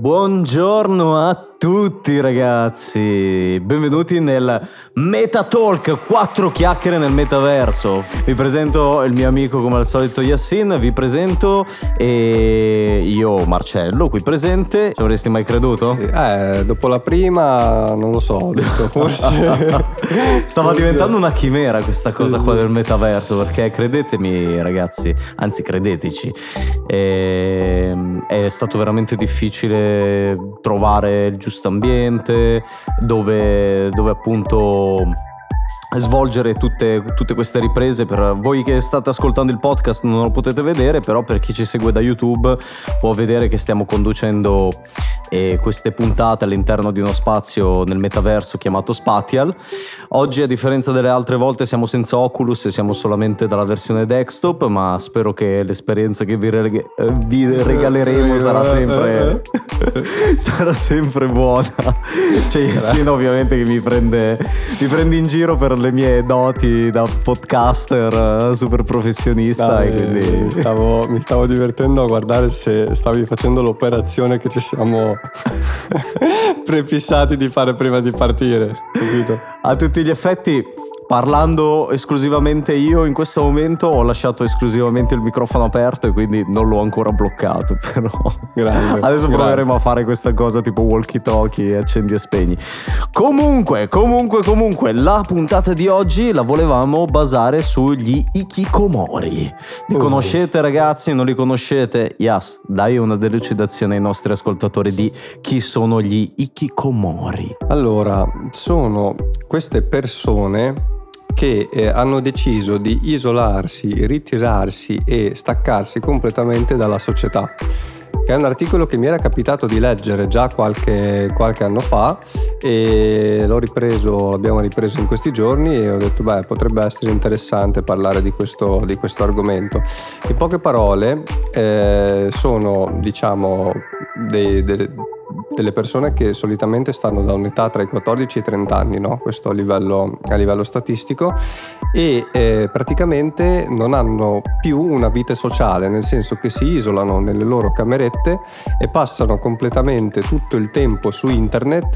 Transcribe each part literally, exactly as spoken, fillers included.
Buongiorno a tutti ragazzi, benvenuti nel Meta Talk, quattro chiacchiere nel metaverso. Vi presento il mio amico come al solito Yassin, vi presento e io Marcello qui presente. Ci avresti mai creduto? Sì, eh, dopo la prima non lo so, ho detto forse stava diventando una chimera questa cosa qua del metaverso, perché credetemi ragazzi, anzi credeteci, è, è stato veramente difficile trovare il giusto ambiente dove, dove appunto svolgere tutte, tutte queste riprese. Per voi che state ascoltando il podcast non lo potete vedere, però per chi ci segue da YouTube può vedere che stiamo conducendo eh, queste puntate all'interno di uno spazio nel metaverso chiamato Spatial. Oggi, a differenza delle altre volte, siamo senza Oculus e siamo solamente dalla versione desktop, ma spero che l'esperienza che vi, reg- vi regaleremo sarà sempre sarà sempre buona. Cioè sì, ovviamente che mi prende mi prende in giro per le mie doti da podcaster super professionista. Dai, e quindi mi stavo, mi stavo divertendo a guardare se stavi facendo l'operazione che ci siamo prefissati di fare prima di partire, capito? A tutti gli effetti, parlando esclusivamente io in questo momento, ho lasciato esclusivamente il microfono aperto e quindi non l'ho ancora bloccato, però grande, adesso grande. proveremo a fare questa cosa tipo walkie talkie, accendi e spegni. Comunque, comunque, comunque la puntata di oggi la volevamo basare sugli hikikomori. Li Oh. conoscete ragazzi? Non li conoscete? Yas, dai una delucidazione ai nostri ascoltatori di chi sono gli hikikomori. Allora, sono queste persone che eh, hanno deciso di isolarsi, ritirarsi e staccarsi completamente dalla società, che è un articolo che mi era capitato di leggere già qualche, qualche anno fa e l'ho ripreso, l'abbiamo ripreso in questi giorni e ho detto beh, potrebbe essere interessante parlare di questo, di questo argomento. In poche parole eh, sono diciamo dei, dei delle persone che solitamente stanno da un'età tra i quattordici e i trenta anni, no? Questo a livello, a livello statistico, e eh, praticamente non hanno più una vita sociale, nel senso che si isolano nelle loro camerette e passano completamente tutto il tempo su internet,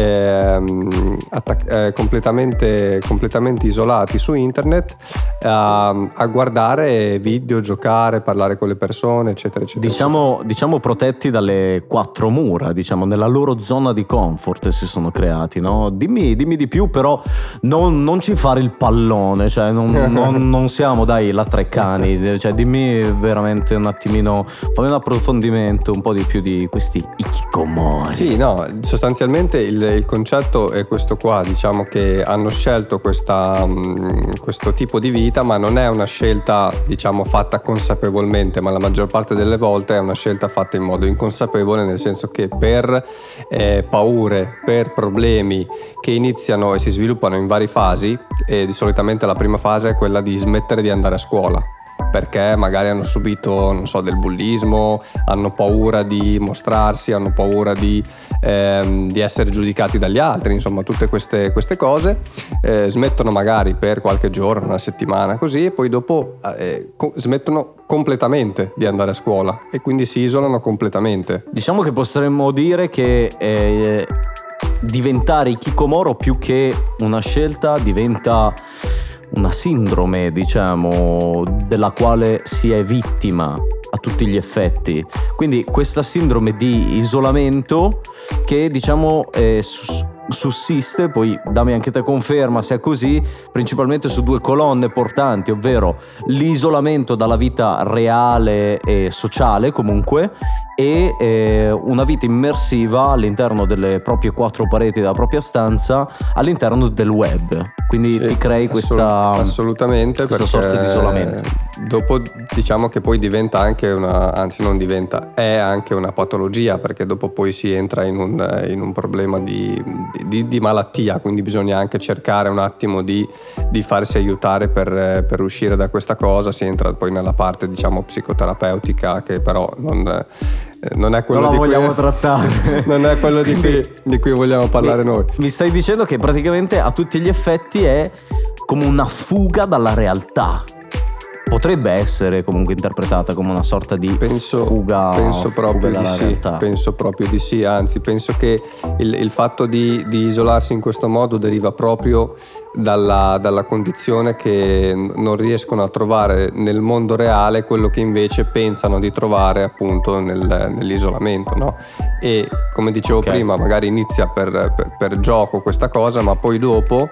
eh, attac- eh, completamente, completamente isolati su internet a, a guardare video, giocare, parlare con le persone, eccetera, eccetera. Diciamo, diciamo protetti dalle quattro mura, diciamo nella loro zona di comfort si sono creati, no? Dimmi, dimmi di più, però non, non ci fare il pallone, cioè non, non, non siamo dai la Treccani, cioè dimmi veramente un attimino, fammi un approfondimento un po' di più di questi hikikomori. Sì, no, sostanzialmente il, il concetto è questo qua, diciamo che hanno scelto questa, mh, questo tipo di vita, ma non è una scelta diciamo fatta consapevolmente, ma la maggior parte delle volte è una scelta fatta in modo inconsapevole, nel senso che per eh, paure, per problemi che iniziano e si sviluppano in varie fasi, e di solitamente la prima fase è quella di smettere di andare a scuola, perché magari hanno subito, non so, del bullismo, hanno paura di mostrarsi, hanno paura di, ehm, di essere giudicati dagli altri, insomma tutte queste, queste cose, eh, smettono magari per qualche giorno, una settimana così, e poi dopo eh, co- smettono completamente di andare a scuola e quindi si isolano completamente. Diciamo che potremmo dire che eh, diventare hikikomoro più che una scelta diventa una sindrome, diciamo, della quale si è vittima a tutti gli effetti. Quindi questa sindrome di isolamento che diciamo è sus- sussiste, poi dammi anche te conferma se è così, principalmente su due colonne portanti, ovvero l'isolamento dalla vita reale e sociale comunque, e eh, una vita immersiva all'interno delle proprie quattro pareti della propria stanza, all'interno del web. Quindi Sì, ti crei questa assolutamente, questa perché sorta di isolamento. Dopo diciamo che poi diventa anche una, anzi non diventa, è anche una patologia, perché dopo poi si entra in un, in un problema di, di, di malattia, quindi bisogna anche cercare un attimo di, di farsi aiutare per, per uscire da questa cosa. Si entra poi nella parte diciamo psicoterapeutica, che però non non è quello non la di vogliamo cui, trattare non è quello di cui, di cui vogliamo parlare mi, noi. Mi stai dicendo che praticamente a tutti gli effetti è come una fuga dalla realtà. potrebbe essere comunque interpretata come una sorta di penso, fuga, penso proprio fuga di dalla sì, realtà. Penso proprio di sì, anzi penso che il, il fatto di, di isolarsi in questo modo deriva proprio dalla, dalla condizione che non riescono a trovare nel mondo reale quello che invece pensano di trovare appunto nel, nell'isolamento, no? E come dicevo Okay. prima, magari inizia per, per, per gioco questa cosa, ma poi dopo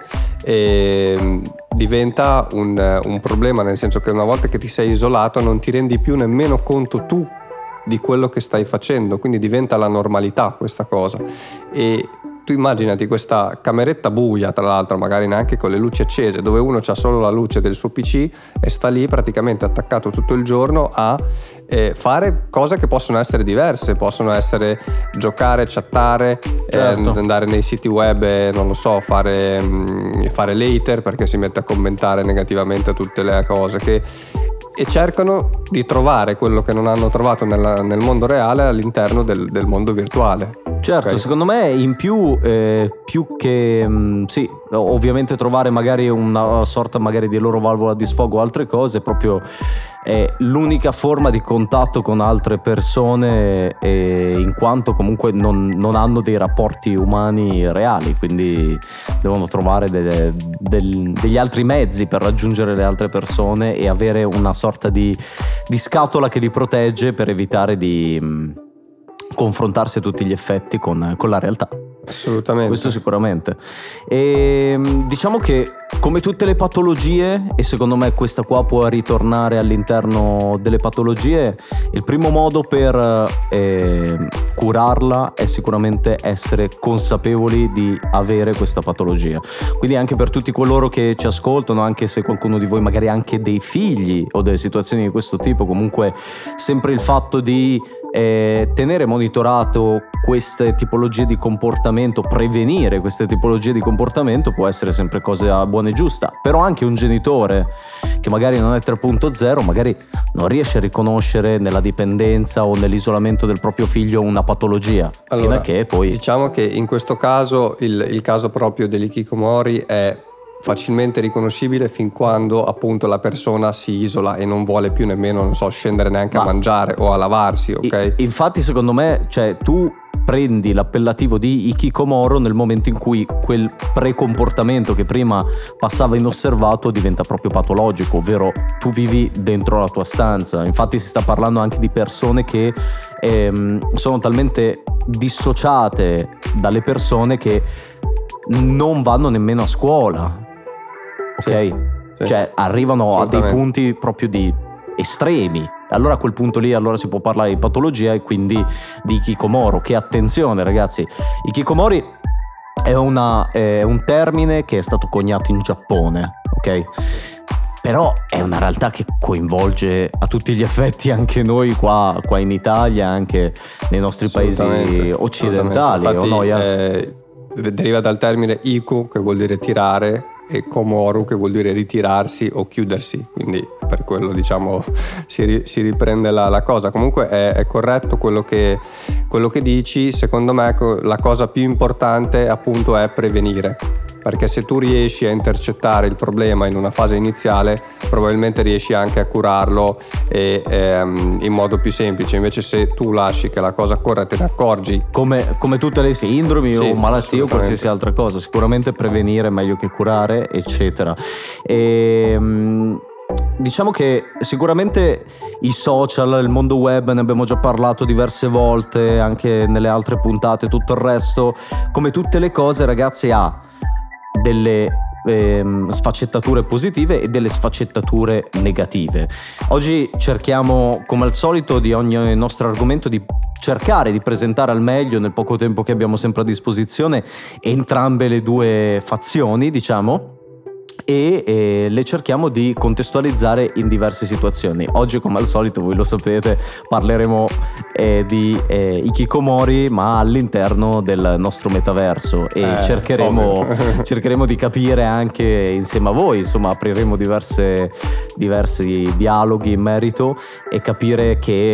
eh, diventa un, un problema, nel senso che una volta che ti sei isolato non ti rendi più nemmeno conto tu di quello che stai facendo, quindi diventa la normalità questa cosa. E tu immaginati questa cameretta buia, tra l'altro magari neanche con le luci accese, dove uno ha solo la luce del suo P C e sta lì praticamente attaccato tutto il giorno a eh, fare cose che possono essere diverse, possono essere giocare, chattare, Certo. eh, andare nei siti web e non lo so, fare, mh, fare later perché si mette a commentare negativamente tutte le cose che... e cercano di trovare quello che non hanno trovato nella, nel mondo reale all'interno del, del mondo virtuale. Certo, Okay. secondo me in più, eh, più che mh, sì, ovviamente trovare magari una sorta magari di loro valvola di sfogo o altre cose, proprio è l'unica forma di contatto con altre persone, eh, in quanto comunque non, non hanno dei rapporti umani reali, quindi devono trovare delle- del- degli altri mezzi per raggiungere le altre persone e avere una sorta di, di scatola che li protegge per evitare di mh, confrontarsi a tutti gli effetti con, con la realtà. Assolutamente. Questo sicuramente. E diciamo che come tutte le patologie, e secondo me questa qua può ritornare all'interno delle patologie, il primo modo per eh, curarla è sicuramente essere consapevoli di avere questa patologia. Quindi anche per tutti coloro che ci ascoltano, anche se qualcuno di voi magari ha anche dei figli o delle situazioni di questo tipo, comunque sempre il fatto di eh, tenere monitorato queste tipologie di comportamento, prevenire queste tipologie di comportamento può essere sempre cosa buona e giusta. Però anche un genitore che magari non è tre punto zero magari non riesce a riconoscere nella dipendenza o nell'isolamento del proprio figlio una patologia, Allora, fino a che poi diciamo che in questo caso il, il caso proprio dell'ikikomori è facilmente riconoscibile fin quando appunto la persona si isola e non vuole più nemmeno, non so, scendere neanche Ma- a mangiare o a lavarsi, ok? I- infatti secondo me, cioè, tu prendi l'appellativo di ikikomoro nel momento in cui quel pre-comportamento che prima passava inosservato diventa proprio patologico, ovvero tu vivi dentro la tua stanza. Infatti si sta parlando anche di persone che ehm, sono talmente dissociate dalle persone che non vanno nemmeno a scuola, ok? Sì, sì. Cioè arrivano a dei Assolutamente. punti proprio di estremi. Allora a quel punto lì allora si può parlare di patologia e quindi di ikikomoro. Che attenzione ragazzi, ikikomori è, una, è un termine che è stato coniato in Giappone, ok? Però è una realtà che coinvolge a tutti gli effetti anche noi qua, qua in Italia, anche nei nostri paesi Assolutamente, occidentali. assolutamente. O no, Infatti, Yas? eh, deriva dal termine iku, che vuol dire tirare, e komoru, che vuol dire ritirarsi o chiudersi, quindi per quello diciamo si, ri- si riprende la, la cosa. Comunque è, è corretto quello che, quello che dici. Secondo me co- la cosa più importante appunto è prevenire, perché se tu riesci a intercettare il problema in una fase iniziale probabilmente riesci anche a curarlo e, ehm, in modo più semplice. Invece se tu lasci che la cosa corra e te ne accorgi, Come, come tutte le sindromi Sì, o malattie o assolutamente. qualsiasi altra cosa, sicuramente prevenire è meglio che curare, eccetera. E, mh, diciamo che sicuramente i social, il mondo web, ne abbiamo già parlato diverse volte, anche nelle altre puntate, tutto il resto, come tutte le cose ragazzi ha delle ehm, sfaccettature positive e delle sfaccettature negative. Oggi cerchiamo, come al solito, di ogni nostro argomento di cercare di presentare al meglio, nel poco tempo che abbiamo sempre a disposizione, entrambe le due fazioni, diciamo, e eh, le cerchiamo di contestualizzare in diverse situazioni. Oggi, come al solito, voi lo sapete, parleremo eh, di eh, ikikomori, ma all'interno del nostro metaverso, e Eh, cercheremo, ovvio. cercheremo di capire anche insieme a voi, insomma apriremo diverse, diversi dialoghi in merito e capire che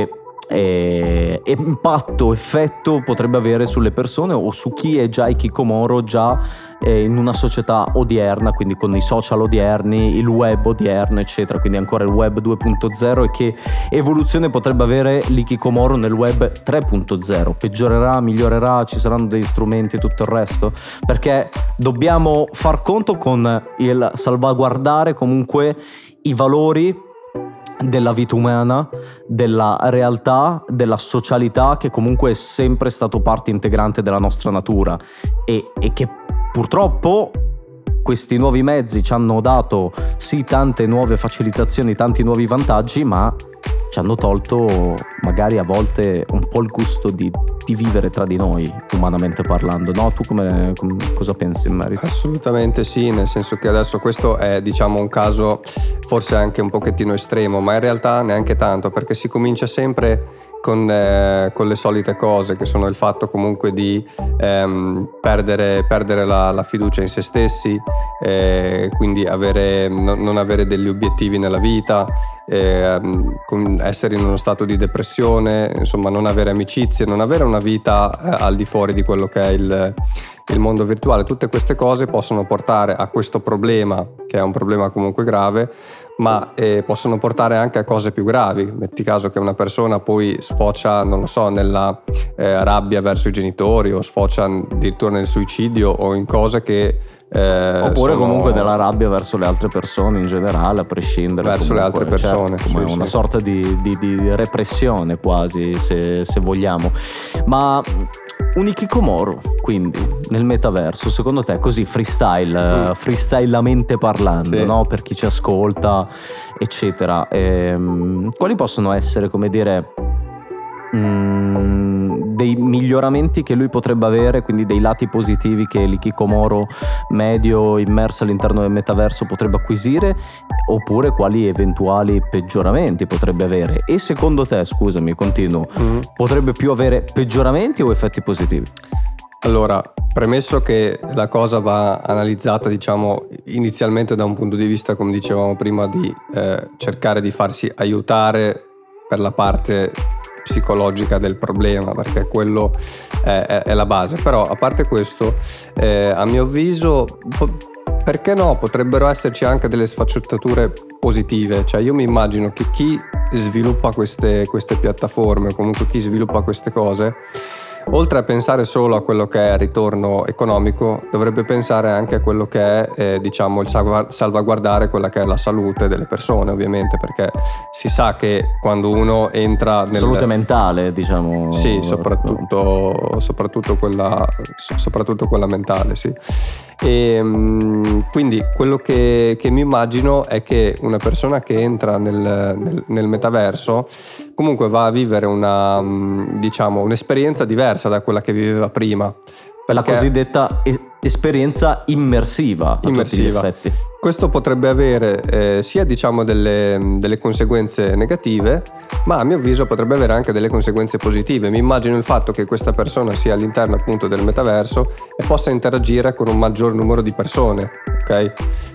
e, e impatto, effetto potrebbe avere sulle persone o su chi è già hikikomoro già eh, in una società odierna, quindi con i social odierni, il web odierno eccetera, quindi ancora il web due punto zero, e che evoluzione potrebbe avere l'hikikomoro nel web tre punto zero. Peggiorerà, migliorerà, ci saranno degli strumenti e tutto il resto, perché dobbiamo far conto con il salvaguardare comunque i valori della vita umana, della realtà, della socialità, che comunque è sempre stato parte integrante della nostra natura e, e che purtroppo questi nuovi mezzi ci hanno dato sì tante nuove facilitazioni, tanti nuovi vantaggi, ma ci hanno tolto magari a volte un po' il gusto di, di vivere tra di noi, umanamente parlando, no? Tu come, come, cosa pensi in merito? Assolutamente sì, nel senso che adesso questo è, diciamo, un caso forse anche un pochettino estremo, ma in realtà neanche tanto, perché si comincia sempre con, eh, con le solite cose, che sono il fatto comunque di ehm, perdere, perdere la, la fiducia in se stessi, eh, quindi avere, no, non avere degli obiettivi nella vita, eh, essere in uno stato di depressione, insomma non avere amicizie, non avere una vita eh, al di fuori di quello che è il, il mondo virtuale. Tutte queste cose possono portare a questo problema, che è un problema comunque grave, ma eh, possono portare anche a cose più gravi. Metti caso che una persona poi sfocia, non lo so, nella eh, rabbia verso i genitori, o sfocia addirittura nel suicidio, o in cose che eh, oppure sono... comunque della rabbia verso le altre persone in generale, a prescindere, verso comunque, le altre persone, certo, come sì, una sì. sorta di, di, di repressione quasi, se, se vogliamo. Ma un hikikomoro, quindi, nel metaverso, secondo te, così freestyle, mm. freestylamente parlando, sì. no? Per chi ci ascolta, eccetera, ehm, quali possono essere, come dire, mm, dei miglioramenti che lui potrebbe avere, quindi dei lati positivi che l'hikikomoro medio immerso all'interno del metaverso potrebbe acquisire, oppure quali eventuali peggioramenti potrebbe avere? E secondo te, scusami, continuo, mm. potrebbe più avere peggioramenti o effetti positivi? Allora, premesso che la cosa va analizzata, diciamo, inizialmente da un punto di vista, come dicevamo prima, di eh, cercare di farsi aiutare per la parte psicologica del problema, perché quello è, è, è la base. Però a parte questo, eh, a mio avviso, po- perché no, potrebbero esserci anche delle sfaccettature positive. Cioè io mi immagino che chi sviluppa queste, queste piattaforme, o comunque chi sviluppa queste cose, oltre a pensare solo a quello che è il ritorno economico, dovrebbe pensare anche a quello che è eh, diciamo il salvaguardare quella che è la salute delle persone, ovviamente, perché si sa che quando uno entra nel... salute mentale, diciamo. Sì, soprattutto, soprattutto quella soprattutto quella mentale, sì. E quindi quello che, che mi immagino è che una persona che entra nel, nel, nel metaverso comunque va a vivere una, diciamo, un'esperienza diversa da quella che viveva prima. La cosiddetta esperienza immersiva, immersiva. A tutti gli effetti. Questo potrebbe avere eh, sia, diciamo, delle, delle conseguenze negative, ma a mio avviso potrebbe avere anche delle conseguenze positive. Mi immagino il fatto che questa persona sia all'interno appunto del metaverso e possa interagire con un maggior numero di persone, ok?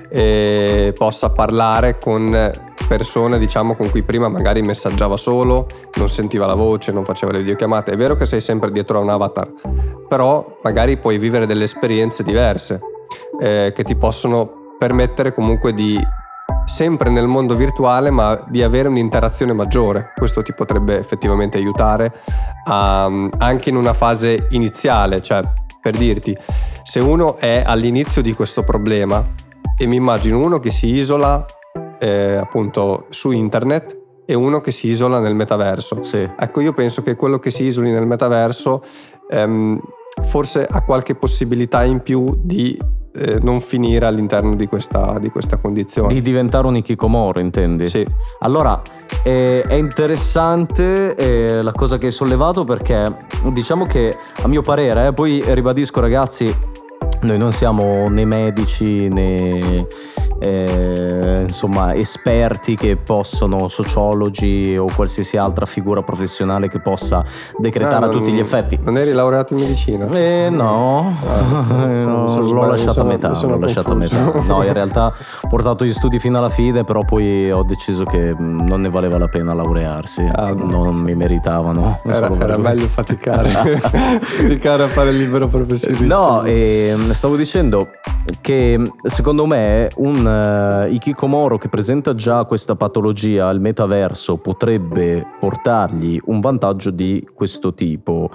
E possa parlare con persone, diciamo, con cui prima magari messaggiava solo, non sentiva la voce, non faceva le videochiamate. È vero che sei sempre dietro a un avatar, però magari puoi vivere delle esperienze diverse eh, che ti possono permettere comunque di, sempre nel mondo virtuale, ma di avere un'interazione maggiore. Questo ti potrebbe effettivamente aiutare a, anche in una fase iniziale. Cioè, per dirti, se uno è all'inizio di questo problema, e mi immagino uno che si isola eh, appunto su internet e uno che si isola nel metaverso, sì. Ecco, io penso che quello che si isoli nel metaverso ehm, forse ha qualche possibilità in più di eh, non finire all'interno di questa, di questa condizione. Di diventare un hikikomoro, intendi? Sì. Allora, eh, è interessante eh, la cosa che hai sollevato, perché diciamo che a mio parere, eh, poi ribadisco ragazzi, noi non siamo né medici né, eh, insomma esperti che possono, sociologi o qualsiasi altra figura professionale che possa decretare ah, a tutti non, gli effetti. Non eri laureato in medicina? Eh no, ah, no sono, l'ho lasciata a metà, l'ho lasciata a metà. No, in realtà ho portato gli studi fino alla fine, però poi ho deciso che non ne valeva la pena laurearsi, ah, non mi meritavano. Era, era meglio faticare, faticare a fare il libero professionista. No, e stavo dicendo che secondo me un uh, hikikomoro che presenta già questa patologia al metaverso potrebbe portargli un vantaggio di questo tipo.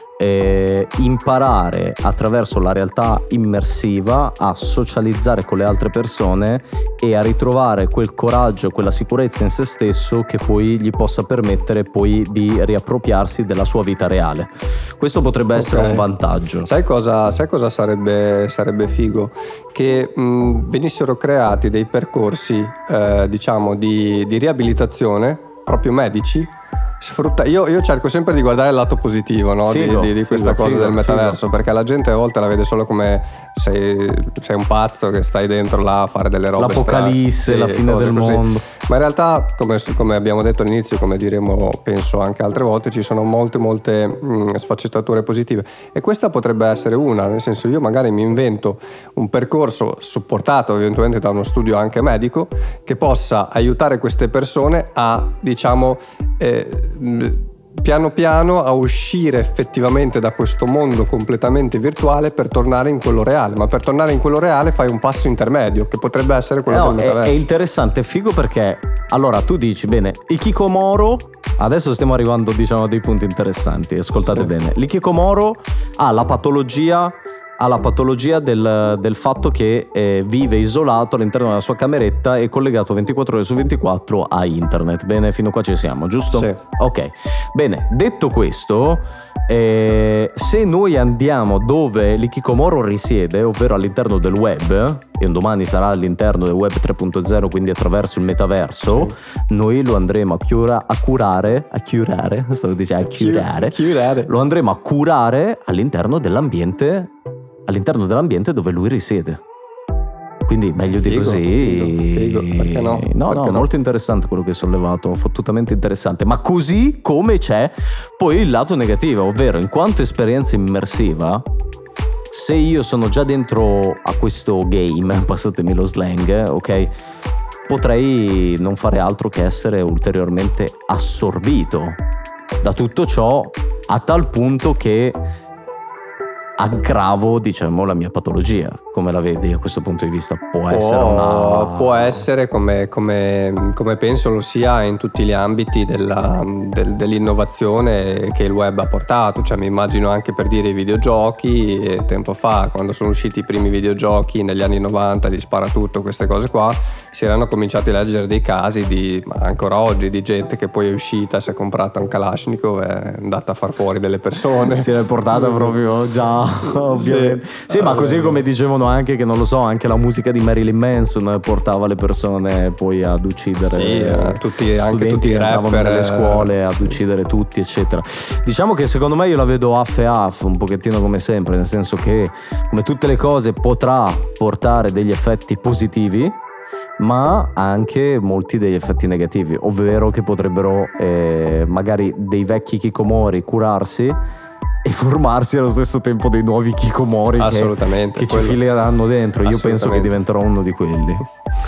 Eh, imparare attraverso la realtà immersiva a socializzare con le altre persone e a ritrovare quel coraggio, quella sicurezza in se stesso che poi gli possa permettere poi di riappropriarsi della sua vita reale. Questo potrebbe essere okay. un vantaggio. Sai cosa, sai cosa sarebbe, sarebbe figo? Che mh, venissero creati dei percorsi eh, diciamo di, di riabilitazione proprio medici. Sfrutta... Io, io cerco sempre di guardare il lato positivo, no? figo, di, di, di questa figo, cosa figo, del metaverso, figo. Perché la gente a volte la vede solo come sei, sei un pazzo che stai dentro là a fare delle robe l'apocalisse, strane, la fine del così. mondo. Ma in realtà, come, come abbiamo detto all'inizio, come diremo penso anche altre volte, ci sono molte molte mh, sfaccettature positive, e questa potrebbe essere una. Nel senso, io magari mi invento un percorso supportato eventualmente da uno studio anche medico che possa aiutare queste persone a, diciamo, eh, piano piano a uscire effettivamente da questo mondo completamente virtuale per tornare in quello reale. Ma per tornare in quello reale fai un passo intermedio che potrebbe essere quello no, del metaverso. È, è interessante, è figo, perché allora tu dici bene, hikikomoro, adesso stiamo arrivando diciamo a dei punti interessanti, ascoltate sì. bene. L'hikikomoro ha la patologia ha la patologia del, del fatto che eh, vive isolato all'interno della sua cameretta e collegato ventiquattro ore su ventiquattro a internet. Bene, fino a qua ci siamo, giusto? Sì. Ok, bene, detto questo, eh, se noi andiamo dove l'hikikomoro risiede, ovvero all'interno del web, e un domani sarà all'interno del web tre punto zero, quindi attraverso il metaverso, sì. noi lo andremo a, cura- a curare, a curare, stavo dicendo a curare, curare, lo andremo a curare all'interno dell'ambiente all'interno dell'ambiente dove lui risiede. Quindi meglio figo, di così. Figo, figo. Perché no? No, Perché no, no? molto interessante quello che hai sollevato, fottutamente interessante. Ma così come c'è poi il lato negativo, ovvero in quanto esperienza immersiva, se io sono già dentro a questo game, passatemi lo slang, ok? Potrei non fare altro che essere ulteriormente assorbito da tutto ciò, a tal punto che aggravo, diciamo, la mia patologia. Come la vedi a questo punto di vista? Può, può essere una... Può essere, come, come, come penso lo sia in tutti gli ambiti della, del, dell'innovazione che il web ha portato. Cioè mi immagino anche, per dire, i videogiochi, tempo fa, quando sono usciti i primi videogiochi negli anni novanta, di sparatutto, queste cose qua, si erano cominciati a leggere dei casi di, ma ancora oggi, di gente che poi è uscita, si è comprata un Kalashnikov e è andata a far fuori delle persone. Si è portata proprio già... ovviamente. Sì, sì, ma così come dicevano anche che, non lo so, anche la musica di Marilyn Manson portava le persone poi ad uccidere, sì, eh, tutti, anche tutti i rapper nelle eh. scuole, ad uccidere tutti, eccetera. Diciamo che secondo me io la vedo half e half, un pochettino come sempre, nel senso che come tutte le cose potrà portare degli effetti positivi, ma anche molti degli effetti negativi, ovvero che potrebbero eh, magari dei vecchi hikikomori curarsi e formarsi allo stesso tempo dei nuovi hikikomori assolutamente, che, che ci fileranno dentro. Io penso che diventerò uno di quelli.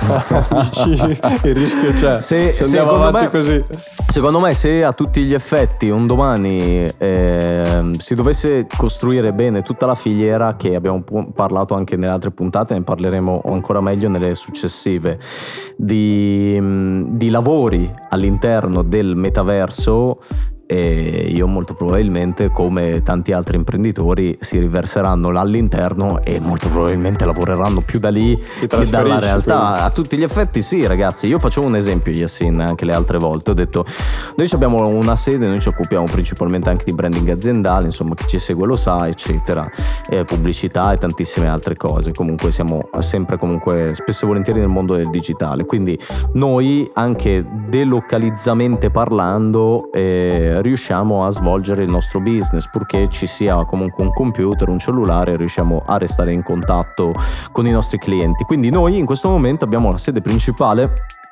Il rischio c'è se, se andiamo avanti me, così. Secondo me, se a tutti gli effetti un domani eh, si dovesse costruire bene tutta la filiera, che abbiamo parlato anche nelle altre puntate, ne parleremo ancora meglio nelle successive, di, di lavori all'interno del metaverso, e io molto probabilmente, come tanti altri imprenditori, si riverseranno là all'interno e molto probabilmente lavoreranno più da lì che dalla realtà. Quindi. A tutti gli effetti sì, ragazzi. Io facevo un esempio, Yassin, anche le altre volte ho detto: noi abbiamo una sede, noi ci occupiamo principalmente anche di branding aziendale, insomma, chi ci segue lo sa, eccetera, e pubblicità e tantissime altre cose. Comunque siamo sempre, comunque spesso e volentieri nel mondo del digitale, quindi noi anche delocalizzamente parlando eh, eh, riusciamo a svolgere il nostro business, purché ci sia comunque un computer, un cellulare, riusciamo a restare in contatto con i nostri clienti. Quindi noi in questo momento abbiamo la sede principale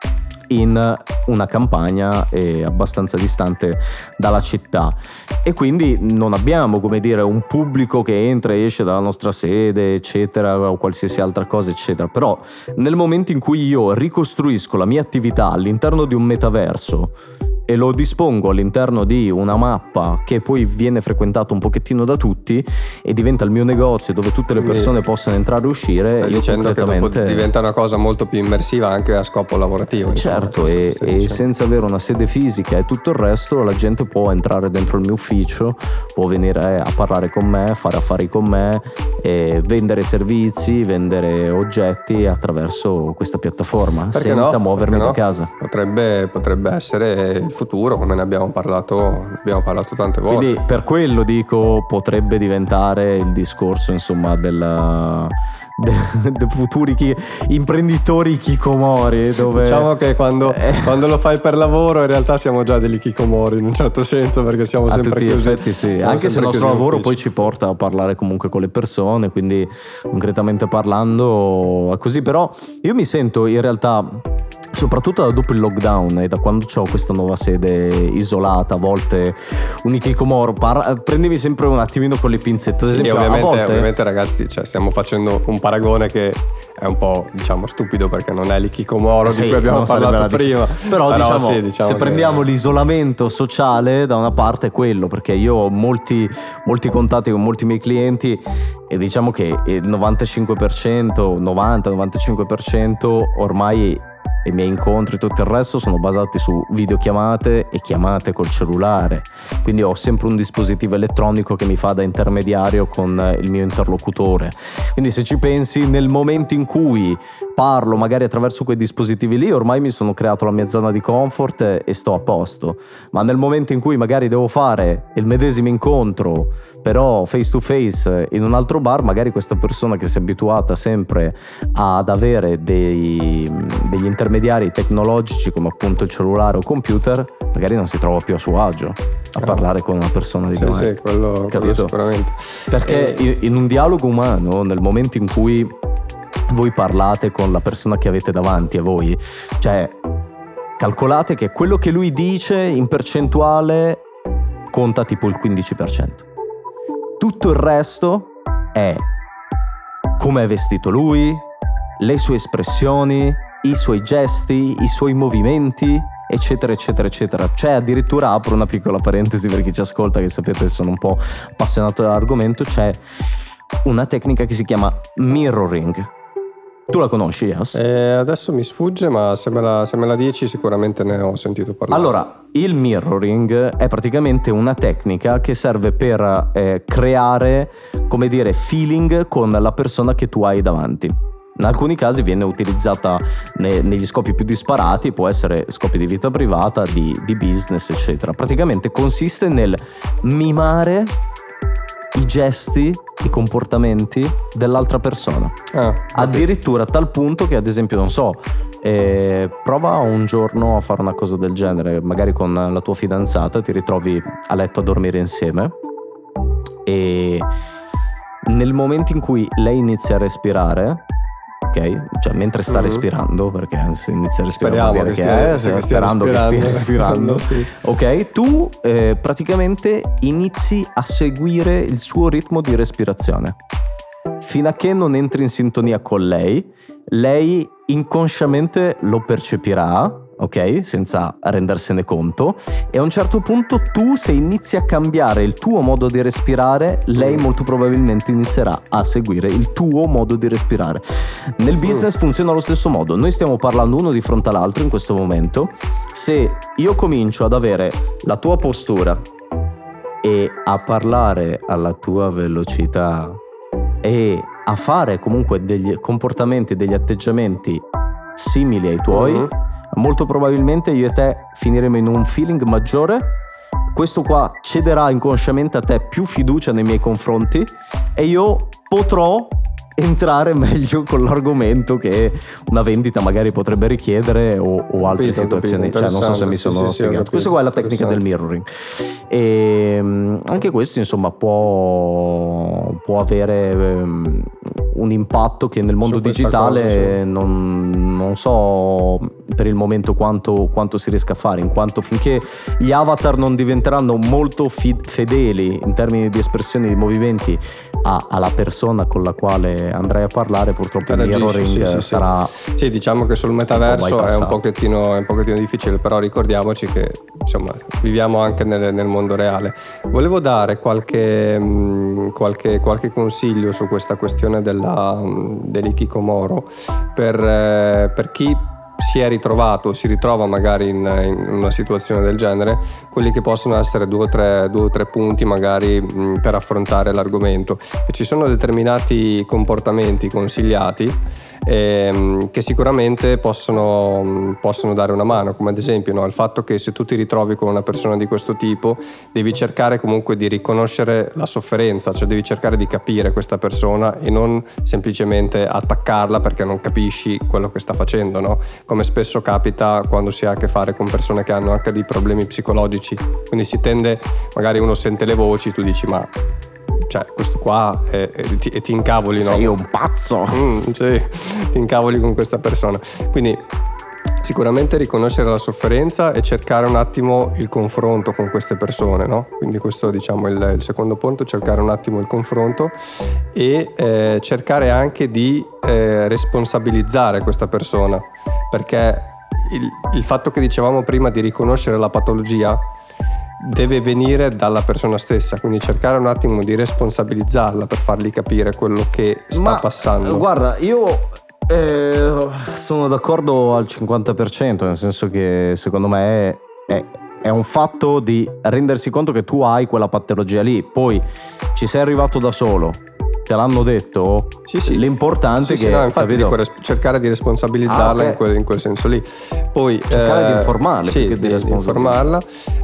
in una campagna eh, abbastanza distante dalla città, e quindi non abbiamo, come dire, un pubblico che entra e esce dalla nostra sede eccetera, o qualsiasi altra cosa eccetera. Però nel momento in cui io ricostruisco la mia attività all'interno di un metaverso e lo dispongo all'interno di una mappa che poi viene frequentato un pochettino da tutti e diventa il mio negozio dove tutte le persone possono entrare e uscire, stai io dicendo concretamente... che dopo diventa una cosa molto più immersiva anche a scopo lavorativo. Certo, insomma, e, e senza avere una sede fisica e tutto il resto, la gente può entrare dentro il mio ufficio, può venire a parlare con me, fare affari con me, e vendere servizi, vendere oggetti attraverso questa piattaforma. Perché senza no? muovermi Perché da no? casa. Potrebbe, potrebbe essere il futuro, come ne abbiamo parlato, ne abbiamo parlato tante volte. Quindi per quello dico, potrebbe diventare il discorso, insomma, della... dei futuri chi, imprenditori kikomori, dove diciamo che quando, eh. quando lo fai per lavoro in realtà siamo già degli kikomori in un certo senso, perché siamo a sempre tutti chiusi, gli effetti sì, anche se il nostro lavoro poi ci porta a parlare comunque con le persone, quindi concretamente parlando è così. Però io mi sento in realtà, soprattutto dopo il lockdown e da quando ho questa nuova sede isolata, a volte un hikikomoro, par- prendevi sempre un attimino con le pinzette. Ad sì, esempio, ovviamente, a volte... ovviamente ragazzi, cioè, stiamo facendo un paragone che è un po', diciamo, stupido, perché non è l'hikikomoro sì, di cui abbiamo parlato prima. Però, Però diciamo, sì, diciamo se che... prendiamo l'isolamento sociale, da una parte è quello, perché io ho molti, molti contatti con molti miei clienti e diciamo che il novantacinque per cento, novanta novantacinque per cento ormai i miei incontri e tutto il resto sono basati su videochiamate e chiamate col cellulare, quindi ho sempre un dispositivo elettronico che mi fa da intermediario con il mio interlocutore. Quindi se ci pensi, nel momento in cui parlo magari attraverso quei dispositivi lì, ormai mi sono creato la mia zona di comfort e sto a posto. Ma nel momento in cui magari devo fare il medesimo incontro però face to face in un altro bar, magari questa persona che si è abituata sempre ad avere dei, degli intermediari tecnologici come appunto il cellulare o computer, magari non si trova più a suo agio a no. parlare con una persona di sì, sì, quello, quello sicuramente. Perché e... in un dialogo umano, nel momento in cui voi parlate con la persona che avete davanti a voi, cioè calcolate che quello che lui dice in percentuale conta tipo il quindici per cento. Tutto il resto è come è vestito lui, le sue espressioni, i suoi gesti, i suoi movimenti, eccetera eccetera eccetera. C'è addirittura, apro una piccola parentesi per chi ci ascolta, che sapete sono un po' appassionato dell'argomento, c'è una tecnica che si chiama mirroring. Tu la conosci, Yas? Eh, adesso mi sfugge, ma se me, la, se me la dici sicuramente ne ho sentito parlare. Allora, il mirroring è praticamente una tecnica che serve per eh, creare, come dire, feeling con la persona che tu hai davanti. In alcuni casi viene utilizzata ne, negli scopi più disparati, può essere scopi di vita privata, di, di business, eccetera. Praticamente consiste nel mimare i gesti, i comportamenti dell'altra persona. Ah, addirittura a tal punto che, ad esempio, non so, eh, prova un giorno a fare una cosa del genere, magari con la tua fidanzata, ti ritrovi a letto a dormire insieme e nel momento in cui lei inizia a respirare, ok? Cioè mentre sta mm-hmm. respirando, perché se inizia a respirare Speriamo vuol dire che, che, stia, è, che, stia sperando che stia respirando, sì. Ok? Tu eh, praticamente inizi a seguire il suo ritmo di respirazione fino a che non entri in sintonia con lei. Lei inconsciamente lo percepirà, ok? Senza rendersene conto, e a un certo punto tu, se inizi a cambiare il tuo modo di respirare, lei molto probabilmente inizierà a seguire il tuo modo di respirare. Nel business funziona allo stesso modo. Noi stiamo parlando uno di fronte all'altro in questo momento. Se io comincio ad avere la tua postura e a parlare alla tua velocità e a fare comunque degli comportamenti, degli atteggiamenti simili ai tuoi, uh-huh. molto probabilmente io e te finiremo in un feeling maggiore. Questo qua cederà inconsciamente a te più fiducia nei miei confronti e io potrò entrare meglio con l'argomento che una vendita magari potrebbe richiedere o, o altre capito, situazioni, capito, cioè non so se mi sono sì, sì, spiegato. sì, Questa qua è la tecnica del mirroring, e anche questo insomma può, può avere um, un impatto che nel mondo digitale cosa, sì. non, non so per il momento quanto, quanto si riesca a fare, in quanto finché gli avatar non diventeranno molto fi- fedeli in termini di espressioni di movimenti a, alla persona con la quale andrai a parlare, purtroppo il mirroring sì, sì, sarà sì. sì, diciamo che sul metaverso è un pochettino, è un pochettino difficile, però ricordiamoci che insomma viviamo anche nel, nel mondo reale. Volevo dare qualche, mh, qualche, qualche consiglio su questa questione della, dell'ikikomoro per, eh, per chi si è ritrovato, si ritrova magari in, in una situazione del genere, quelli che possono essere due o tre, due o tre punti magari mh, per affrontare l'argomento. E ci sono determinati comportamenti consigliati ehm, che sicuramente possono, possono dare una mano, come ad esempio no, il fatto che se tu ti ritrovi con una persona di questo tipo devi cercare comunque di riconoscere la sofferenza, cioè devi cercare di capire questa persona e non semplicemente attaccarla perché non capisci quello che sta facendo, no? Come spesso capita quando si ha a che fare con persone che hanno anche dei problemi psicologici, quindi si tende, magari uno sente le voci, tu dici ma cioè questo qua è, è, ti, e ti incavoli, no? Sei un pazzo, mm, sì, ti incavoli con questa persona, quindi sicuramente riconoscere la sofferenza e cercare un attimo il confronto con queste persone, no? Quindi questo diciamo il, il secondo punto, cercare un attimo il confronto e eh, cercare anche di eh, responsabilizzare questa persona, perché il, il fatto che dicevamo prima di riconoscere la patologia deve venire dalla persona stessa, quindi cercare un attimo di responsabilizzarla per fargli capire quello che sta Ma, passando. Guarda, io Eh, sono d'accordo al cinquanta per cento, nel senso che secondo me è, è, è un fatto di rendersi conto che tu hai quella patologia lì, poi ci sei arrivato da solo, te l'hanno detto, sì, sì. L'importante sì, è che sì, no, infatti dico, cercare di responsabilizzarla ah, okay. in, quel, in quel senso lì, poi cercare eh, di informarla, sì, di, di, di informarla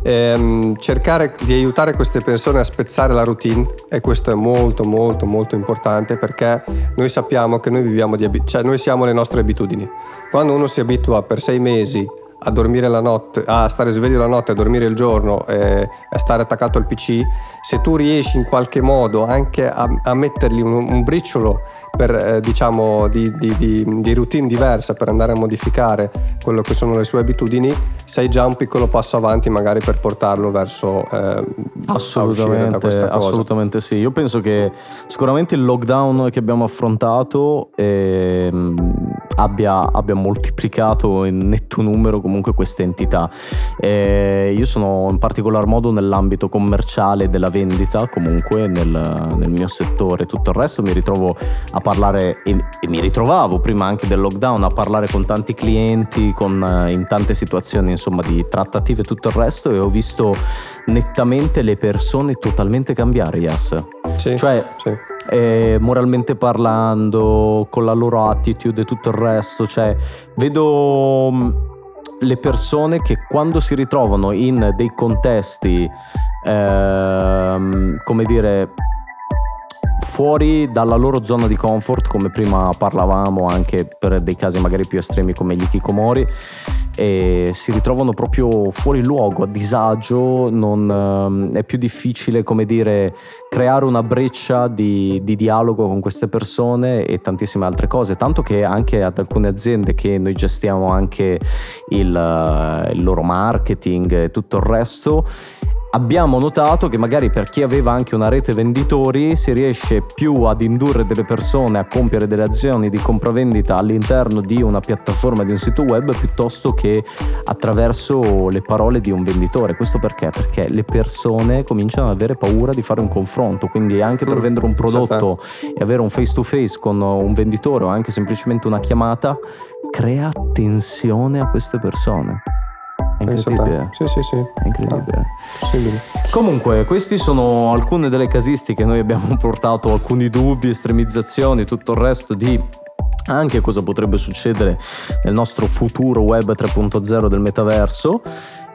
ehm, cercare di aiutare queste persone a spezzare la routine, e questo è molto molto molto importante, perché noi sappiamo che noi viviamo di abitudini, cioè noi siamo le nostre abitudini. Quando uno si abitua per sei mesi a dormire la notte, a stare sveglio la notte, a dormire il giorno e a stare attaccato al P C, se tu riesci in qualche modo anche a, a mettergli un, un briciolo per eh, diciamo di, di, di, di routine diversa, per andare a modificare quello che sono le sue abitudini, sei già un piccolo passo avanti magari per portarlo verso eh, assolutamente, da questa cosa. Assolutamente sì. Io penso che sicuramente il lockdown che abbiamo affrontato eh, abbia, abbia moltiplicato in netto numero comunque queste entità. Eh, io sono in particolar modo nell'ambito commerciale della vendita, comunque nel, nel mio settore. Tutto il resto mi ritrovo a parlare e, e mi ritrovavo prima anche del lockdown a parlare con tanti clienti, con, in tante situazioni insomma di trattative e tutto il resto, e ho visto nettamente le persone totalmente cambiare, Yas. Sì, cioè sì. Eh, moralmente parlando, con la loro attitude e tutto il resto, cioè vedo le persone che quando si ritrovano in dei contesti ehm, come dire fuori dalla loro zona di comfort, come prima parlavamo anche per dei casi magari più estremi come gli hikikomori, e si ritrovano proprio fuori luogo, a disagio, non, è più difficile, come dire, creare una breccia di, di dialogo con queste persone e tantissime altre cose, tanto che anche ad alcune aziende che noi gestiamo anche il, il loro marketing e tutto il resto, abbiamo notato che magari per chi aveva anche una rete venditori si riesce più ad indurre delle persone a compiere delle azioni di compravendita all'interno di una piattaforma, di un sito web, piuttosto che attraverso le parole di un venditore. Questo perché? Perché le persone cominciano ad avere paura di fare un confronto, quindi anche per vendere un prodotto e avere un face to face con un venditore o anche semplicemente una chiamata crea tensione a queste persone. È incredibile. Sì, sì, sì. È incredibile. Ah, comunque, questi sono alcune delle casistiche. Noi abbiamo portato alcuni dubbi, estremizzazioni, tutto il resto di anche cosa potrebbe succedere nel nostro futuro web tre punto zero del metaverso.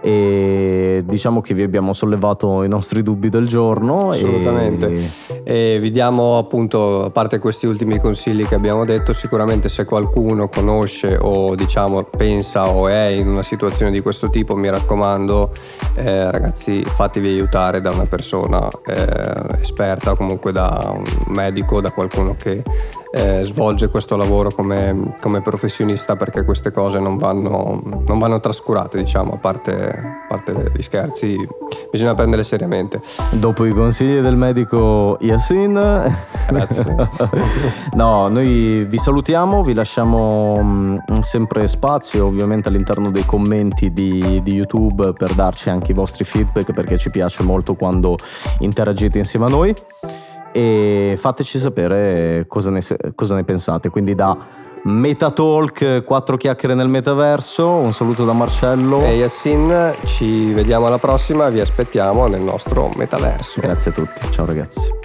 e diciamo che vi abbiamo sollevato i nostri dubbi del giorno. Assolutamente. E... e vi diamo appunto, a parte questi ultimi consigli che abbiamo detto, sicuramente se qualcuno conosce o diciamo pensa o è in una situazione di questo tipo, mi raccomando, eh, ragazzi, fatevi aiutare da una persona eh, esperta o comunque da un medico, da qualcuno che eh, svolge questo lavoro come, come professionista, perché queste cose non vanno, non vanno trascurate, diciamo, a parte, a parte gli scherzi, bisogna prenderle seriamente. Dopo i consigli del medico Yasin, grazie. No, noi vi salutiamo, vi lasciamo mh, sempre spazio ovviamente all'interno dei commenti di, di YouTube per darci anche i vostri feedback, perché ci piace molto quando interagite insieme a noi, e fateci sapere cosa ne, cosa ne pensate. Quindi da Metatalk, quattro chiacchiere nel metaverso, un saluto da Marcello e Yasin, ci vediamo alla prossima, vi aspettiamo nel nostro metaverso. Grazie a tutti, ciao ragazzi.